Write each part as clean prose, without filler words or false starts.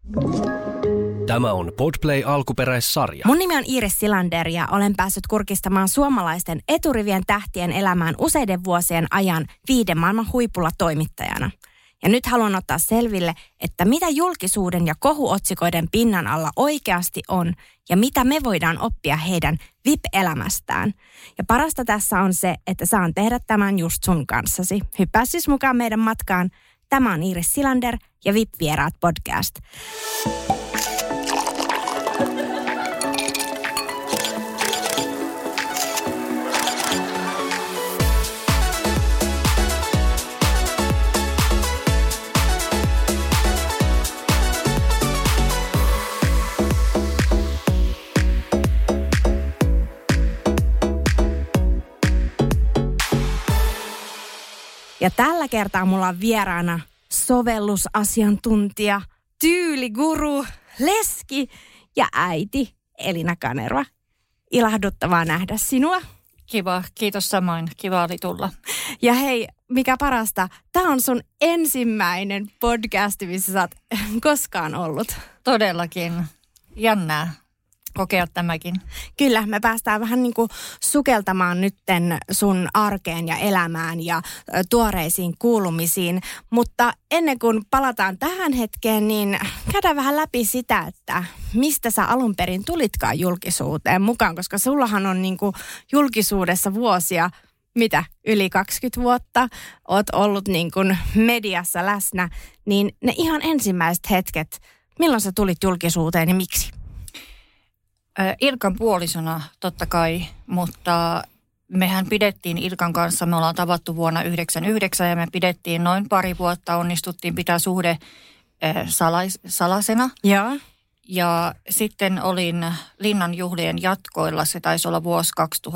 Tämä on Podplay alkuperäissarja. Mun nimi on Iiris Silander ja olen päässyt kurkistamaan suomalaisten eturivien tähtien elämään useiden vuosien ajan 5 maailman huipulla toimittajana. Ja nyt haluan ottaa selville, että mitä julkisuuden ja kohuotsikoiden pinnan alla oikeasti on ja mitä me voidaan oppia heidän VIP-elämästään. Ja parasta tässä on se, että saan tehdä tämän just sun kanssasi. Hyppää siis mukaan meidän matkaan. Tämä on Iiris Silander ja VIP-vieraat podcast. Ja tällä kertaa mulla on vieraana sovellusasiantuntija, tyyliguru, leski ja äiti Elina Kanerva. Ilahduttavaa nähdä sinua. Kiva, kiitos samoin. Kiva oli tulla. Ja hei, mikä parasta, tää on sun ensimmäinen podcast, missä sä oot koskaan ollut. Todellakin. Jännää kokea tämäkin. Kyllä, me päästään vähän niin kuin sukeltamaan nytten sun arkeen ja elämään ja tuoreisiin kuulumisiin. Mutta ennen kuin palataan tähän hetkeen, niin käydään vähän läpi sitä, että mistä sä alun perin tulitkaan julkisuuteen mukaan, koska sullahan on niin kuin julkisuudessa vuosia, yli 20 vuotta, oot ollut niin kuin mediassa läsnä, niin ne ihan ensimmäiset hetket, milloin sä tulit julkisuuteen ja miksi? Ilkan puolisona totta kai, mutta mehän pidettiin Ilkan kanssa, me ollaan tavattu vuonna 1999 ja me pidettiin noin pari vuotta, onnistuttiin pitää suhde salasena. Joo. Ja sitten olin Linnan juhlien jatkoilla, se taisi olla vuosi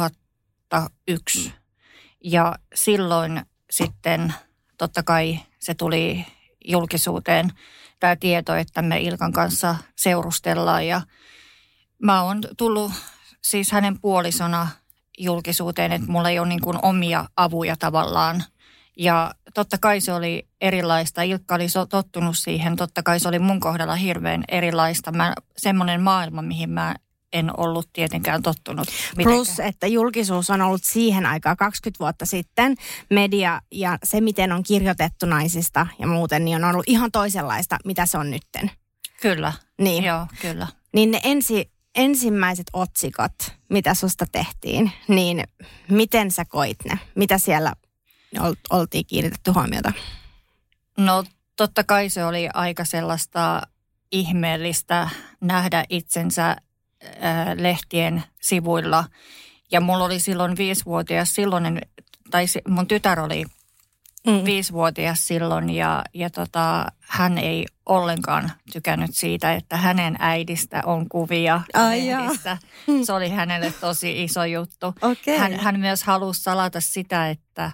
2001. Ja silloin sitten totta kai se tuli julkisuuteen, tämä tieto, että me Ilkan kanssa seurustellaan ja mä oon tullut siis hänen puolisona julkisuuteen, että mulla ei ole niin kuin omia avuja tavallaan. Ja totta kai se oli erilaista. Ilkka oli tottunut siihen. Totta kai se oli mun kohdalla hirveän erilaista. Semmoinen maailma, mihin mä en ollut tietenkään tottunut mitenkään. Plus, että julkisuus on ollut siihen aikaan 20 vuotta sitten. Media ja se, miten on kirjoitettu naisista ja muuten, niin on ollut ihan toisenlaista, mitä se on nytten. Kyllä. Niin. Joo, kyllä. Niin ne ensimmäiset otsikot, mitä susta tehtiin, niin miten sä koit ne? Mitä siellä oltiin kiinnitetty huomiota? No totta kai se oli aika sellaista ihmeellistä nähdä itsensä lehtien sivuilla. Ja mulla oli silloin 5-vuotias silloinen, tai mun tytär oli 5-vuotias silloin ja hän ei ollenkaan tykännyt siitä, että hänen äidistä on kuvia lehdissä. Se oli hänelle tosi iso juttu. Okay. Hän myös halusi salata sitä,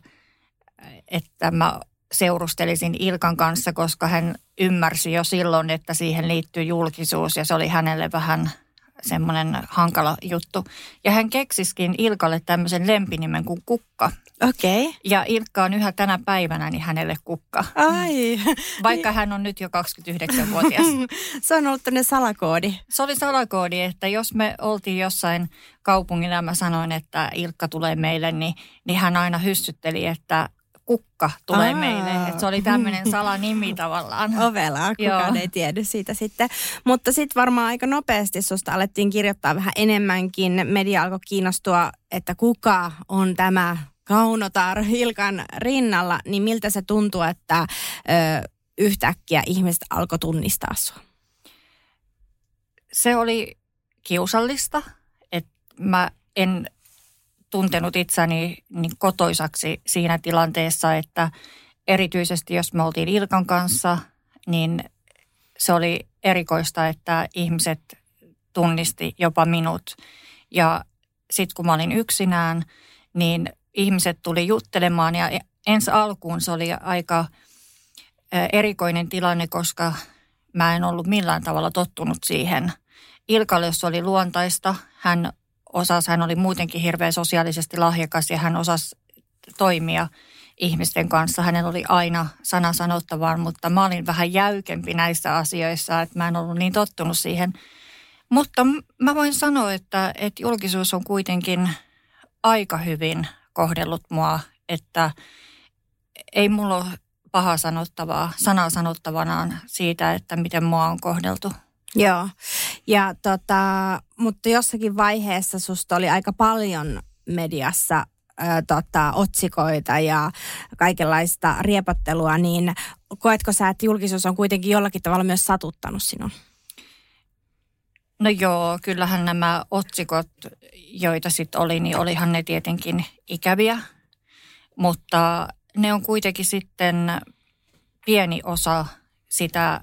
että mä seurustelisin Ilkan kanssa, koska hän ymmärsi jo silloin, että siihen liittyy julkisuus ja se oli hänelle vähän semmoinen hankala juttu. Ja hän keksiskin Ilkalle tämmöisen lempinimen kuin Kukka. Okei. Okay. Ja Ilkka on yhä tänä päivänä niin hänelle Kukka. Ai. Vaikka hän on nyt jo 29-vuotias. Se on ollut tämmöinen salakoodi. Se oli salakoodi, että jos me oltiin jossain kaupungilla ja mä sanoin, että Ilkka tulee meille, niin hän aina hyssytteli, että Kukka tulee meille. Että se oli tämmöinen salanimi tavallaan. Ovelaa, kukaan ei tiedä siitä sitten. Mutta sitten varmaan aika nopeasti susta alettiin kirjoittaa vähän enemmänkin. Media alkoi kiinnostua, että kuka on tämä kaunotar Ilkan rinnalla. Niin miltä se tuntuu, että yhtäkkiä ihmiset alkoi tunnistaa sua? Se oli kiusallista, että mä en tuntenut itseni niin kotoisaksi siinä tilanteessa, että erityisesti jos me oltiin Ilkan kanssa, niin se oli erikoista, että ihmiset tunnisti jopa minut. Ja sitten kun mä olin yksinään, niin ihmiset tuli juttelemaan ja ensi alkuun se oli aika erikoinen tilanne, koska mä en ollut millään tavalla tottunut siihen. Ilkalle, jos oli luontaista, hän oli muutenkin hirveän sosiaalisesti lahjakas ja hän osasi toimia, ihmisten kanssa. Hänellä oli aina sana sanottavaan, mutta mä olin vähän jäykempi näissä asioissa, että mä en ollut niin tottunut siihen. Mutta mä voin sanoa, että julkisuus on kuitenkin aika hyvin kohdellut mua, että ei mulla ole pahaa sanaa sanottavanaan siitä, että miten mua on kohdeltu. Joo, ja mutta jossakin vaiheessa susta oli aika paljon mediassa otsikoita ja kaikenlaista riepottelua, niin koetko sä, että julkisuus on kuitenkin jollakin tavalla myös satuttanut sinua? No joo, kyllähän nämä otsikot, joita sitten oli, niin olihan ne tietenkin ikäviä, mutta ne on kuitenkin sitten pieni osa sitä,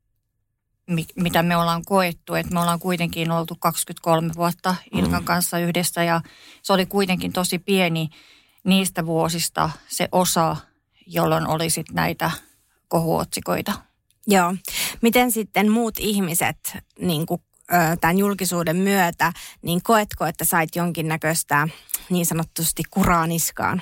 mitä me ollaan koettu. Että me ollaan kuitenkin oltu 23 vuotta Ilkan kanssa yhdessä ja se oli kuitenkin tosi pieni niistä vuosista se osa, jolloin oli sitten näitä kohuotsikoita. Joo. Miten sitten muut ihmiset niin kuin tämän julkisuuden myötä, niin koetko, että sait jonkinnäköistä niin sanotusti kuraa niskaan?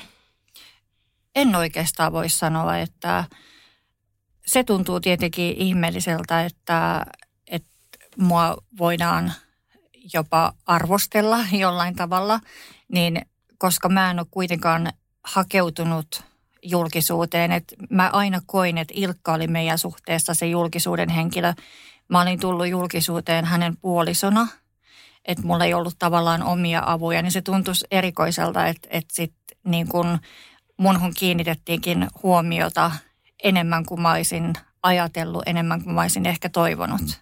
En oikeastaan voi sanoa, että se tuntuu tietenkin ihmeelliseltä, että mua voidaan jopa arvostella jollain tavalla, niin koska mä en ole kuitenkaan hakeutunut julkisuuteen, että mä aina koin, että Ilkka oli meidän suhteessa se julkisuuden henkilö. Mä olin tullut julkisuuteen hänen puolisona, että mulla ei ollut tavallaan omia avuja, niin se tuntuisi erikoiselta, että sitten niin kun munhun kiinnitettiinkin huomiota enemmän kuin mä olisin ajatellut, enemmän kuin mä olisin ehkä toivonut.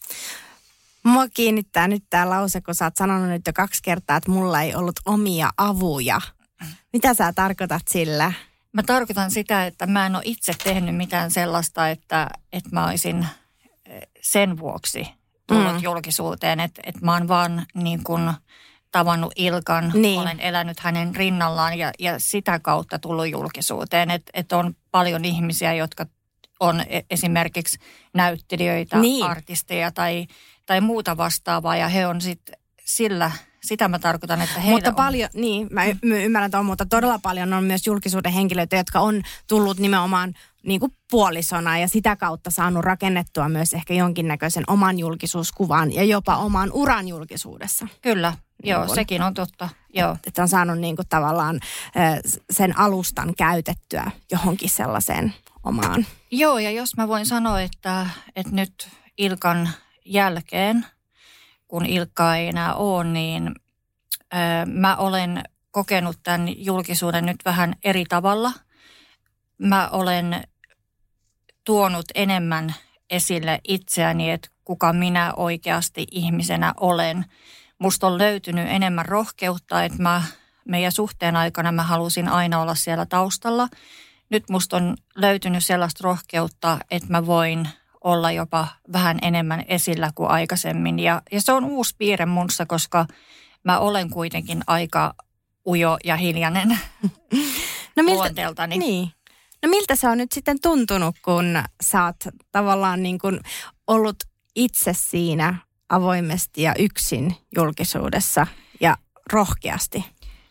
Mua kiinnittää nyt tämä lause, kun sä oot sanonut nyt jo 2 kertaa, että mulla ei ollut omia avuja. Mitä sä tarkoitat sillä? Mä tarkoitan sitä, että mä en ole itse tehnyt mitään sellaista, että mä olisin sen vuoksi tullut julkisuuteen. Että mä oon vaan niin kuin tavannut Ilkan, olen elänyt hänen rinnallaan ja sitä kautta tullut julkisuuteen. Että on paljon ihmisiä, jotka on esimerkiksi näyttelijöitä, artisteja tai muuta vastaavaa ja he on sitten sitä mä tarkoitan, että heillä mutta paljon, mä ymmärrän tuon, mutta todella paljon on myös julkisuuden henkilöitä, jotka on tullut nimenomaan niin kuin puolisona ja sitä kautta saanut rakennettua myös ehkä jonkinnäköisen oman julkisuuskuvan ja jopa oman uran julkisuudessa. Kyllä, joo, sekin on totta. Joo. Että on saanut niin kuin tavallaan sen alustan käytettyä johonkin sellaiseen omaan. Joo, ja jos mä voin sanoa, että nyt Ilkan jälkeen, kun Ilkkaa ei enää ole, niin mä olen kokenut tämän julkisuuden nyt vähän eri tavalla. Mä olen tuonut enemmän esille itseäni, että kuka minä oikeasti ihmisenä olen. Musta on löytynyt enemmän rohkeutta, että meidän suhteen aikana mä halusin aina olla siellä taustalla. Nyt musta on löytynyt sellaista rohkeutta, että mä voin olla jopa vähän enemmän esillä kuin aikaisemmin. Ja se on uusi piirre munssa, koska mä olen kuitenkin aika ujo ja hiljainen luonteeltani. Niin. No miltä se on nyt sitten tuntunut, kun sä oot tavallaan niin kuin ollut itse siinä avoimesti ja yksin julkisuudessa ja rohkeasti?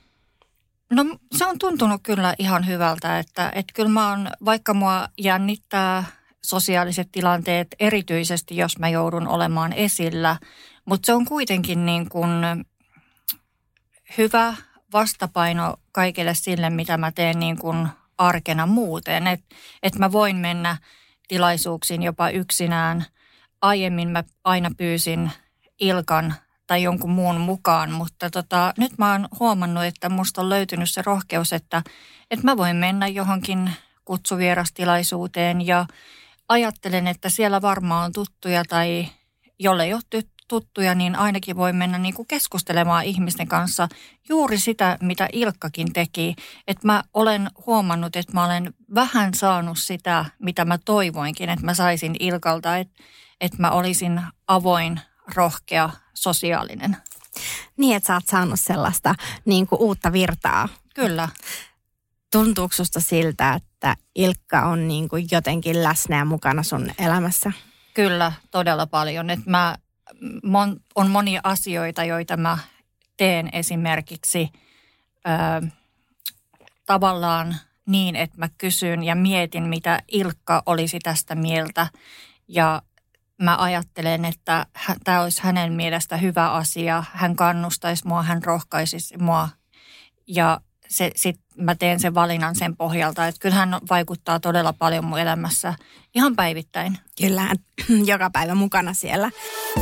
No se on tuntunut kyllä ihan hyvältä, että kyllä mä oon, vaikka mua jännittää sosiaaliset tilanteet, erityisesti jos mä joudun olemaan esillä, mutta se on kuitenkin niin kuin hyvä vastapaino kaikille sille, mitä mä teen niin kuin arkena muuten. Että mä voin mennä tilaisuuksiin jopa yksinään. Aiemmin mä aina pyysin Ilkan tai jonkun muun mukaan, mutta nyt mä oon huomannut, että musta on löytynyt se rohkeus, että mä voin mennä johonkin kutsuvierastilaisuuteen ja ajattelen, että siellä varmaan on tuttuja tai jollei ole tuttuja, niin ainakin voi mennä niin kuin keskustelemaan ihmisten kanssa juuri sitä, mitä Ilkkakin teki. Että mä olen huomannut, että mä olen vähän saanut sitä, mitä mä toivoinkin, että mä saisin Ilkalta, että mä olisin avoin, rohkea, sosiaalinen. Niin, että sä oot saanut sellaista niin kuin uutta virtaa. Kyllä. Tuntuuko susta siltä, että Ilkka on niin kuin jotenkin läsnä ja mukana sun elämässä? Kyllä, todella paljon. Että on monia asioita, joita mä teen esimerkiksi tavallaan niin, että mä kysyn ja mietin, mitä Ilkka olisi tästä mieltä. Ja mä ajattelen, että tämä olisi hänen mielestä hyvä asia. Hän kannustaisi mua, hän rohkaisisi mua. Ja sitten mä teen sen valinnan sen pohjalta, että kyllähän vaikuttaa todella paljon mun elämässä ihan päivittäin. Kyllähän joka päivä mukana siellä.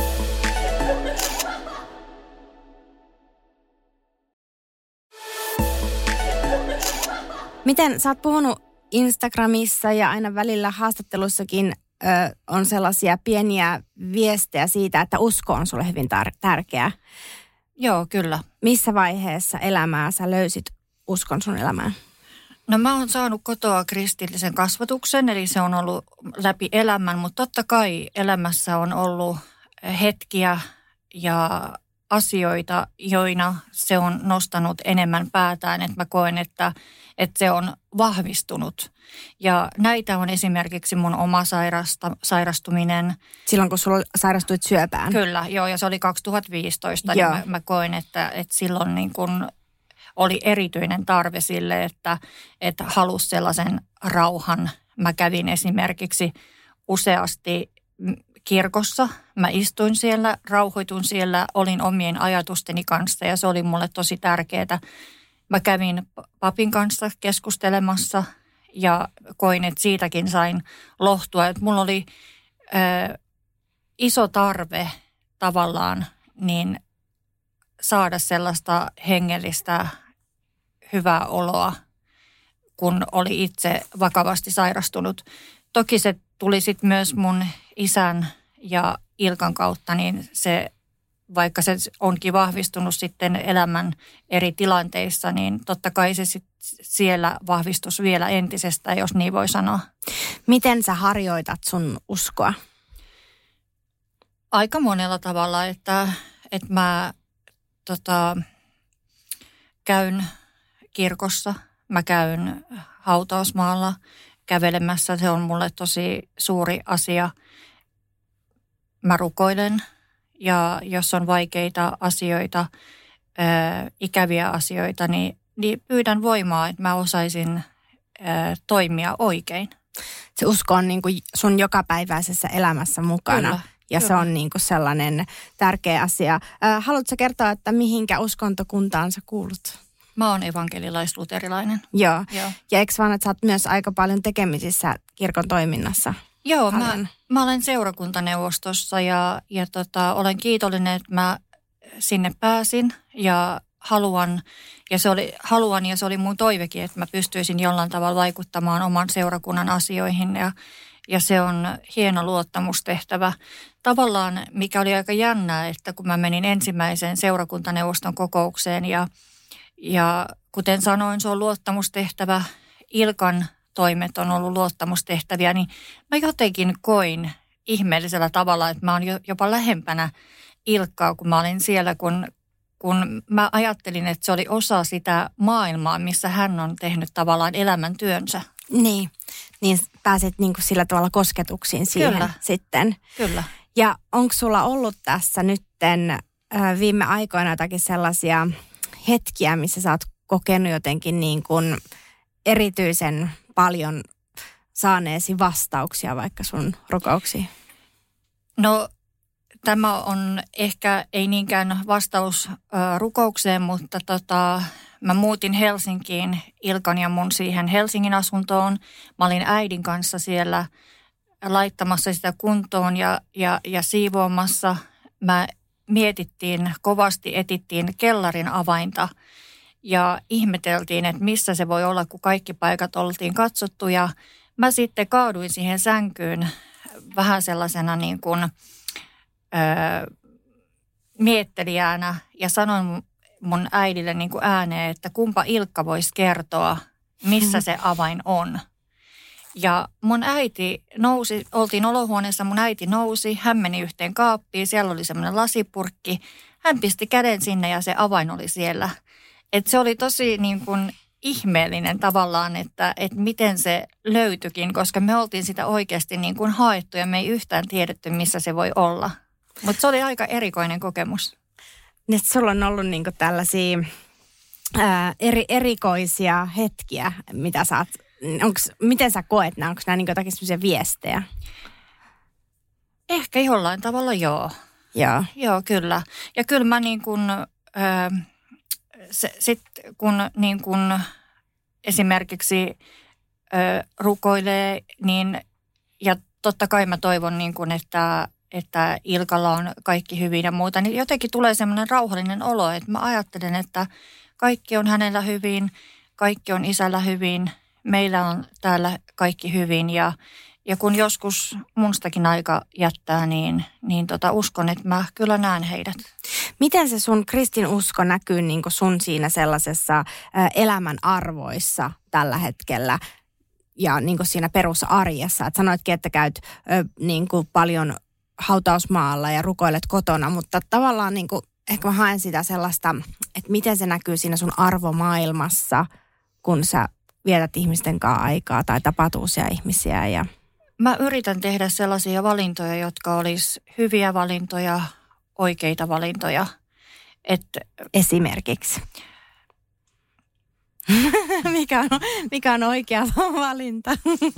Miten sä oot puhunut Instagramissa ja aina välillä haastattelussakin on sellaisia pieniä viestejä siitä, että usko on sulle hyvin tärkeä. Joo, kyllä. Missä vaiheessa elämää sä löysit uskon sun elämään? No mä oon saanut kotoa kristillisen kasvatuksen, eli se on ollut läpi elämän, mutta totta kai elämässä on ollut hetkiä ja asioita, joina se on nostanut enemmän päätään, että mä koen, että se on vahvistunut. Ja näitä on esimerkiksi mun oma sairastuminen. Silloin, kun sulla sairastuit syöpään? Kyllä, joo, ja se oli 2015, niin mä koen, että silloin niin kun oli erityinen tarve sille, että halusi sellaisen rauhan. Mä kävin esimerkiksi useasti kirkossa. Mä istuin siellä, rauhoitun siellä, olin omien ajatusteni kanssa ja se oli mulle tosi tärkeää. Mä kävin papin kanssa keskustelemassa ja koin, että siitäkin sain lohtua. Että mulla oli iso tarve tavallaan niin saada sellaista hengellistä hyvää oloa, kun oli itse vakavasti sairastunut. Toki se tuli sitten myös mun isän ja Ilkan kautta, niin se, vaikka se onkin vahvistunut sitten elämän eri tilanteissa, niin totta kai se sitten siellä vahvistus vielä entisestään, jos niin voi sanoa. Miten sä harjoitat sun uskoa? Aika monella tavalla, että mä käyn kirkossa, mä käyn hautausmaalla kävelemässä. Se on mulle tosi suuri asia. Mä rukoilen ja jos on vaikeita asioita, ikäviä asioita, niin pyydän voimaa, että mä osaisin toimia oikein. Se usko on niin kuin sun jokapäiväisessä elämässä mukana. Kyllä. Ja se on niin kuin sellainen tärkeä asia. Haluatko kertoa, että mihinkä uskontokuntaan sä kuulut? Mä oon evankelilais-luterilainen. Joo. Ja eikö vaan, että sä oot myös aika paljon tekemisissä kirkon toiminnassa? Joo, mä olen seurakuntaneuvostossa ja olen kiitollinen, että mä sinne pääsin ja haluan ja se oli mun toivekin, että mä pystyisin jollain tavalla vaikuttamaan oman seurakunnan asioihin ja se on hieno luottamustehtävä. Tavallaan, mikä oli aika jännää, että kun mä menin ensimmäiseen seurakuntaneuvoston kokoukseen ja kuten sanoin, se on luottamustehtävä. Ilkan toimet on ollut luottamustehtäviä, niin mä jotenkin koin ihmeellisellä tavalla, että mä oon jopa lähempänä Ilkkaa, kun mä olin siellä, kun mä ajattelin, että se oli osa sitä maailmaa, missä hän on tehnyt tavallaan elämäntyönsä. Niin pääsit niin kuin sillä tavalla kosketuksiin siihen Kyllä. sitten. Kyllä. Ja onko sulla ollut tässä nytten viime aikoina jotakin sellaisia hetkiä, missä sä oot kokenut jotenkin niin kuin erityisen paljon saaneesi vastauksia vaikka sun rukouksiin? No tämä on ehkä ei niinkään vastaus rukoukseen, mutta mä muutin Helsinkiin Ilkan ja mun siihen Helsingin asuntoon. Mä olin äidin kanssa siellä laittamassa sitä kuntoon ja siivoamassa. Mä mietittiin kovasti, etittiin kellarin avainta ja ihmeteltiin, että missä se voi olla, kun kaikki paikat oltiin katsottu. Ja mä sitten kaaduin siihen sänkyyn vähän sellaisena niin kuin miettelijänä ja sanoin mun äidille niin kuin ääneen, että kumpa Ilkka voisi kertoa, missä se avain on. Ja mun äiti nousi, oltiin olohuoneessa, mun äiti nousi, hän meni yhteen kaappiin, siellä oli semmoinen lasipurkki. Hän pisti käden sinne ja se avain oli siellä. Että se oli tosi niin kuin ihmeellinen tavallaan, että miten se löytyikin, koska me oltiin sitä oikeasti niin kuin haettu ja me ei yhtään tiedetty, missä se voi olla. Mutta se oli aika erikoinen kokemus. Niin, sulla on ollut niin kuin tällaisia erikoisia hetkiä, mitä sä oot, miten sä koet nämä? Onko nämä niin jotakin sellaisia viestejä? Ehkä jollain tavalla joo. Joo. Joo, kyllä. Ja kyllä mä niin kuin, sitten kun niin kuin esimerkiksi rukoilee, niin ja totta kai mä toivon niin kuin, että Ilkalla on kaikki hyvin ja muuta, niin jotenkin tulee semmoinen rauhallinen olo, että mä ajattelen, että kaikki on hänellä hyvin, kaikki on isällä hyvin, meillä on täällä kaikki hyvin ja kun joskus mustakin aika jättää, niin uskon, että mä kyllä näen heidät. Miten se sun kristinusko näkyy niin kuin sun siinä sellaisessa elämän arvoissa tällä hetkellä ja niin kuin siinä perusarjessa? Et sanoitkin, että käyt niin kuin paljon hautausmaalla ja rukoilet kotona, mutta tavallaan niin kuin, ehkä mä haen sitä sellaista, että miten se näkyy siinä sun arvomaailmassa, kun sä vietät ihmisten kanssa aikaa tai tapaat uusia ihmisiä ja... Mä yritän tehdä sellaisia valintoja, jotka olisi hyviä valintoja, oikeita valintoja. Esimerkiksi. mikä on oikea valinta?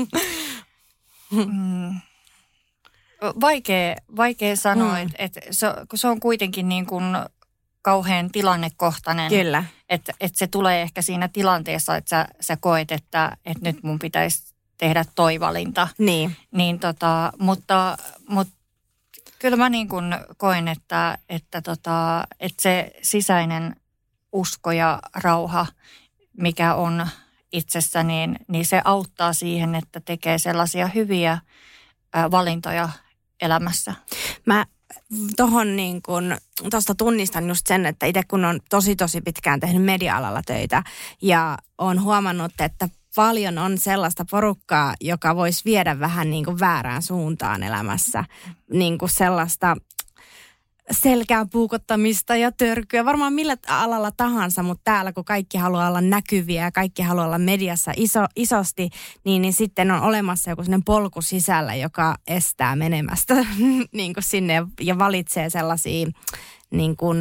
Vaikea sanoa, että se on kuitenkin niin kuin kauhean tilannekohtainen. Kyllä. Että se tulee ehkä siinä tilanteessa, että sä koet, että nyt mun pitäisi tehdä toi valinta. Niin. Mutta kyllä mä niin kuin koen, että se sisäinen usko ja rauha, mikä on itsessä, niin se auttaa siihen, että tekee sellaisia hyviä valintoja elämässä. Mä tuosta tunnistan just sen, että itse kun on tosi pitkään tehnyt media-alalla töitä ja on huomannut, että paljon on sellaista porukkaa, joka voisi viedä vähän niin kuin väärään suuntaan elämässä. Niin kuin sellaista selkään puukottamista ja törkyä. Varmaan millä alalla tahansa, mutta täällä kun kaikki haluaa olla näkyviä ja kaikki haluaa olla mediassa isosti, niin sitten on olemassa joku sellainen polku sisällä, joka estää menemästä niin kuin sinne ja valitsee sellaisia niin kuin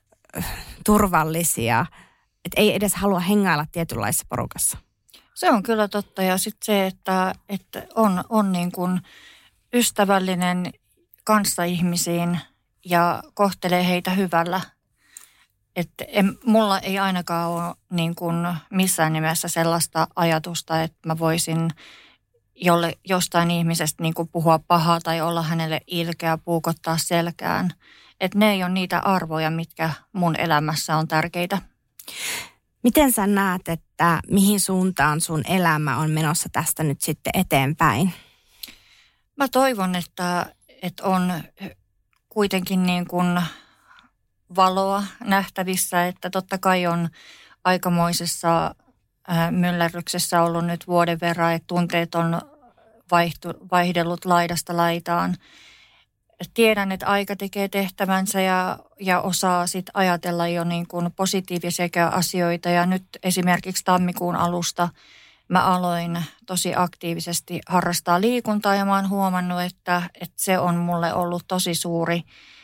turvallisia, että ei edes halua hengailla tietynlaisessa porukassa. Se on kyllä totta ja sitten se, että on niin kuin ystävällinen kanssaihmisiin ja kohtelee heitä hyvällä. Että mulla ei ainakaan ole niin kuin missään nimessä sellaista ajatusta, että mä voisin jostain ihmisestä niin kuin puhua pahaa tai olla hänelle ilkeä, puukottaa selkään. Että ne ei ole niitä arvoja, mitkä mun elämässä on tärkeitä. Miten sä näet, että mihin suuntaan sun elämä on menossa tästä nyt sitten eteenpäin? Mä toivon, että on kuitenkin niin kuin valoa nähtävissä, että totta kai on aikamoisessa myllerryksessä ollut nyt vuoden verran, että tunteet on vaihdellut laidasta laitaan. Tiedän, että aika tekee tehtävänsä ja osaa sitten ajatella jo niin kuin positiivisia asioita. Ja nyt esimerkiksi tammikuun alusta mä aloin tosi aktiivisesti harrastaa liikuntaa ja mä oon huomannut, että se on mulle ollut tosi suuri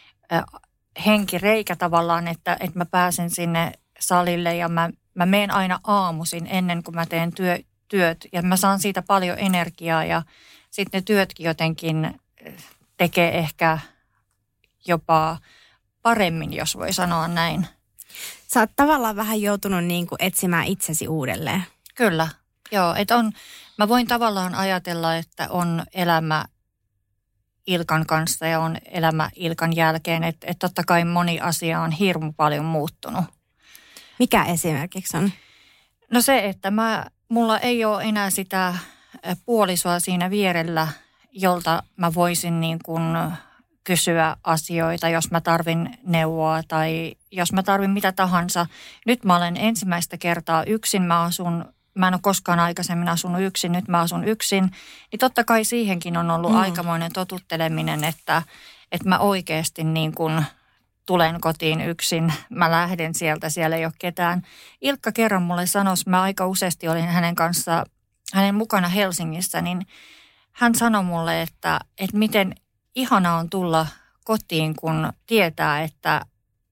henkireikä tavallaan, että mä pääsen sinne salille ja mä menen aina aamuisin ennen kuin mä teen työt ja mä saan siitä paljon energiaa ja sitten ne työtkin jotenkin tekee ehkä jopa paremmin, jos voi sanoa näin. Sä oot tavallaan vähän joutunut niin kuin etsimään itsesi uudelleen. Kyllä, joo. Mä voin tavallaan ajatella, että on elämä Ilkan kanssa ja on elämä Ilkan jälkeen. Että totta kai moni asia on hirmu paljon muuttunut. Mikä esimerkiksi on? No se, että mulla ei ole enää sitä puolisoa siinä vierellä, jolta mä voisin niin kuin kysyä asioita, jos mä tarvin neuvoa tai jos mä tarvin mitä tahansa. Nyt mä olen ensimmäistä kertaa yksin. Mä en ole koskaan aikaisemmin asunut yksin, nyt mä asun yksin. Niin totta kai siihenkin on ollut aikamoinen totutteleminen, että mä oikeasti niin kuin tulen kotiin yksin. Mä lähden sieltä, siellä ei ole ketään. Ilkka kerran mulle sanoi, mä aika useasti olin hänen mukana Helsingissä, niin hän sanoi mulle, että miten ihana on tulla kotiin, kun tietää, että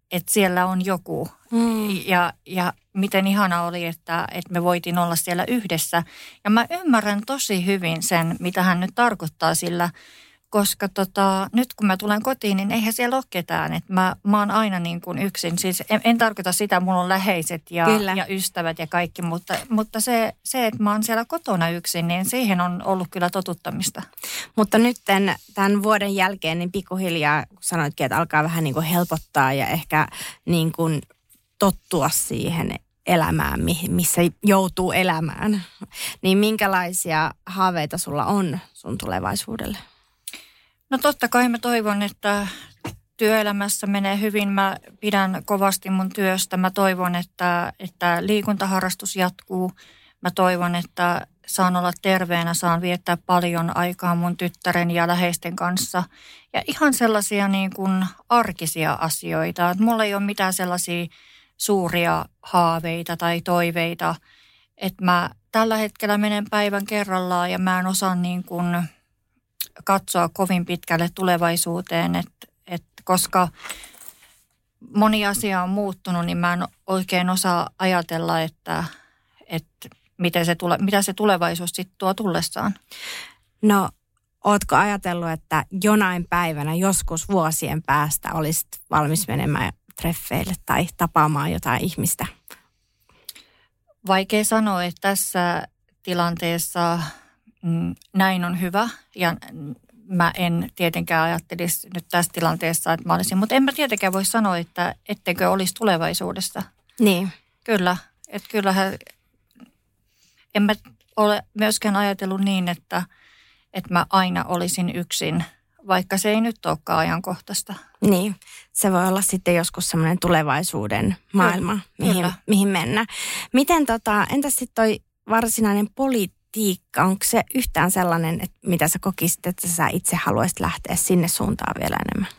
siellä on joku. Ja miten ihana oli, että me voitiin olla siellä yhdessä. Ja mä ymmärrän tosi hyvin sen, mitä hän nyt tarkoittaa sillä, koska nyt kun mä tulen kotiin, niin eihän siellä ole ketään. Että mä oon aina niin kuin yksin. Siis en tarkoita sitä, mulla on läheiset ja ystävät ja kaikki, mutta se, että mä oon siellä kotona yksin, niin siihen on ollut kyllä totuttamista. Mutta nyt tämän vuoden jälkeen, niin pikkuhiljaa, kun sanoitkin, että alkaa vähän niin kuin helpottaa ja ehkä niin kuin tottua siihen elämään, missä joutuu elämään. Niin minkälaisia haaveita sulla on sun tulevaisuudelle? No totta kai mä toivon, että työelämässä menee hyvin. Mä pidän kovasti mun työstä. Mä toivon, että liikuntaharrastus jatkuu. Mä toivon, että saan olla terveenä, saan viettää paljon aikaa mun tyttären ja läheisten kanssa. Ja ihan sellaisia niin kuin arkisia asioita. Että mulla ei ole mitään sellaisia suuria haaveita tai toiveita. Että mä tällä hetkellä menen päivän kerrallaan ja mä en osaa niin kuin katsoa kovin pitkälle tulevaisuuteen, että koska moni asia on muuttunut, niin mä en oikein osaa ajatella, että mitä se tulevaisuus sitten tuo tullessaan. No, ootko ajatellut, että jonain päivänä, joskus vuosien päästä olisit valmis menemään treffeille tai tapaamaan jotain ihmistä? Vaikea sanoa, että tässä tilanteessa näin on hyvä ja mä en tietenkään ajattelisi nyt tässä tilanteessa, että mä olisin, mutta en mä tietenkään voi sanoa, että etteikö olisi tulevaisuudessa. Niin. Kyllä, että kyllähän en mä ole myöskään ajatellut niin, että mä aina olisin yksin, vaikka se ei nyt olekaan ajankohtaista. Niin, se voi olla sitten joskus semmoinen tulevaisuuden maailma, mihin mennä. Miten entäs sitten toi varsinainen politiikka, onko se yhtään sellainen, että mitä sä kokisit, että sä itse haluaisit lähteä sinne suuntaan vielä enemmän?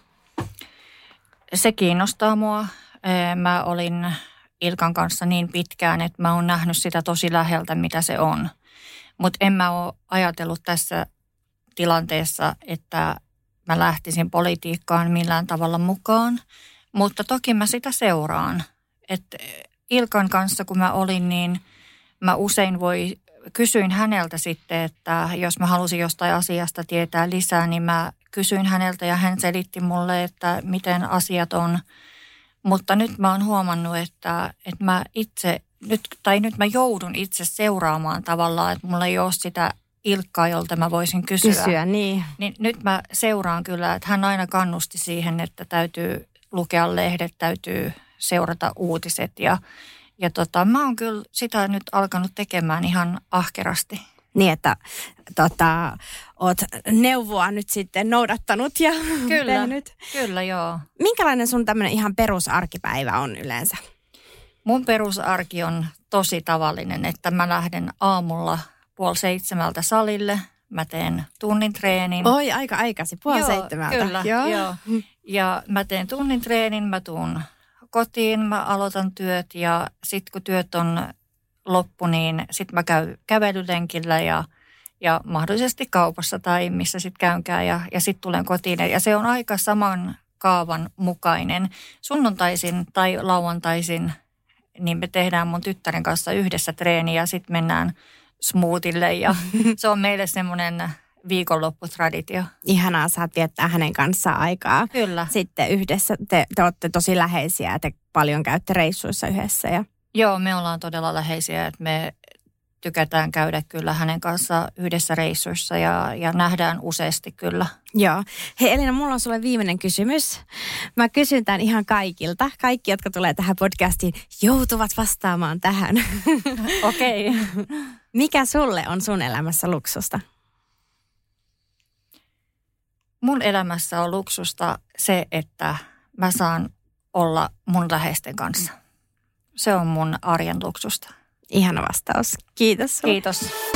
Se kiinnostaa mua. Mä olin Ilkan kanssa niin pitkään, että mä oon nähnyt sitä tosi läheltä, mitä se on. Mutta en mä ole ajatellut tässä tilanteessa, että mä lähtisin politiikkaan millään tavalla mukaan. Mutta toki mä sitä seuraan. Et Ilkan kanssa, kun mä olin, niin mä usein kysyin häneltä sitten, että jos mä halusin jostain asiasta tietää lisää, niin mä kysyin häneltä ja hän selitti mulle, että miten asiat on. Mutta nyt mä oon huomannut, että mä itse, nyt mä joudun itse seuraamaan tavallaan, että mulla ei ole sitä Ilkkaa, jolta mä voisin kysyä. Niin. Niin nyt mä seuraan kyllä, että hän aina kannusti siihen, että täytyy lukea lehdet, täytyy seurata uutiset ja mä oon kyllä sitä nyt alkanut tekemään ihan ahkerasti. Niin, että oot neuvoa nyt sitten noudattanut ja tehnyt. Kyllä, joo. Minkälainen sun tämmöinen ihan perusarkipäivä on yleensä? Mun perusarki on tosi tavallinen, että mä lähden aamulla 6:30 salille. Mä teen tunnin treenin. Oi, aika aikaisin, 6:30. Kyllä, joo. Ja mä teen tunnin treenin, mä tuun kotiin, mä aloitan työt ja sitten kun työt on loppu, niin sitten mä käyn kävelylenkillä ja mahdollisesti kaupassa tai missä sitten käynkään ja sitten tulen kotiin. Ja se on aika saman kaavan mukainen. Sunnuntaisin tai lauantaisin, niin me tehdään mun tyttären kanssa yhdessä treeniä ja sitten mennään smoothille ja se on meille semmoinen viikonlopputraditio. Ihanaa, saat viettää hänen kanssaan aikaa. Kyllä. Sitten yhdessä, te olette tosi läheisiä ja te paljon käytte reissuissa yhdessä. Joo, me ollaan todella läheisiä, että me tykätään käydä kyllä hänen kanssaan yhdessä reissuissa ja nähdään useasti kyllä. Joo. Hei Elina, mulla on sulle viimeinen kysymys. Mä kysyn tämän ihan kaikilta. Kaikki, jotka tulee tähän podcastiin, joutuvat vastaamaan tähän. Okei. Mikä sulle on sun elämässä luksusta? Mun elämässä on luksusta se, että mä saan olla mun läheisten kanssa. Se on mun arjen luksusta. Ihana vastaus. Kiitos sulle. Kiitos.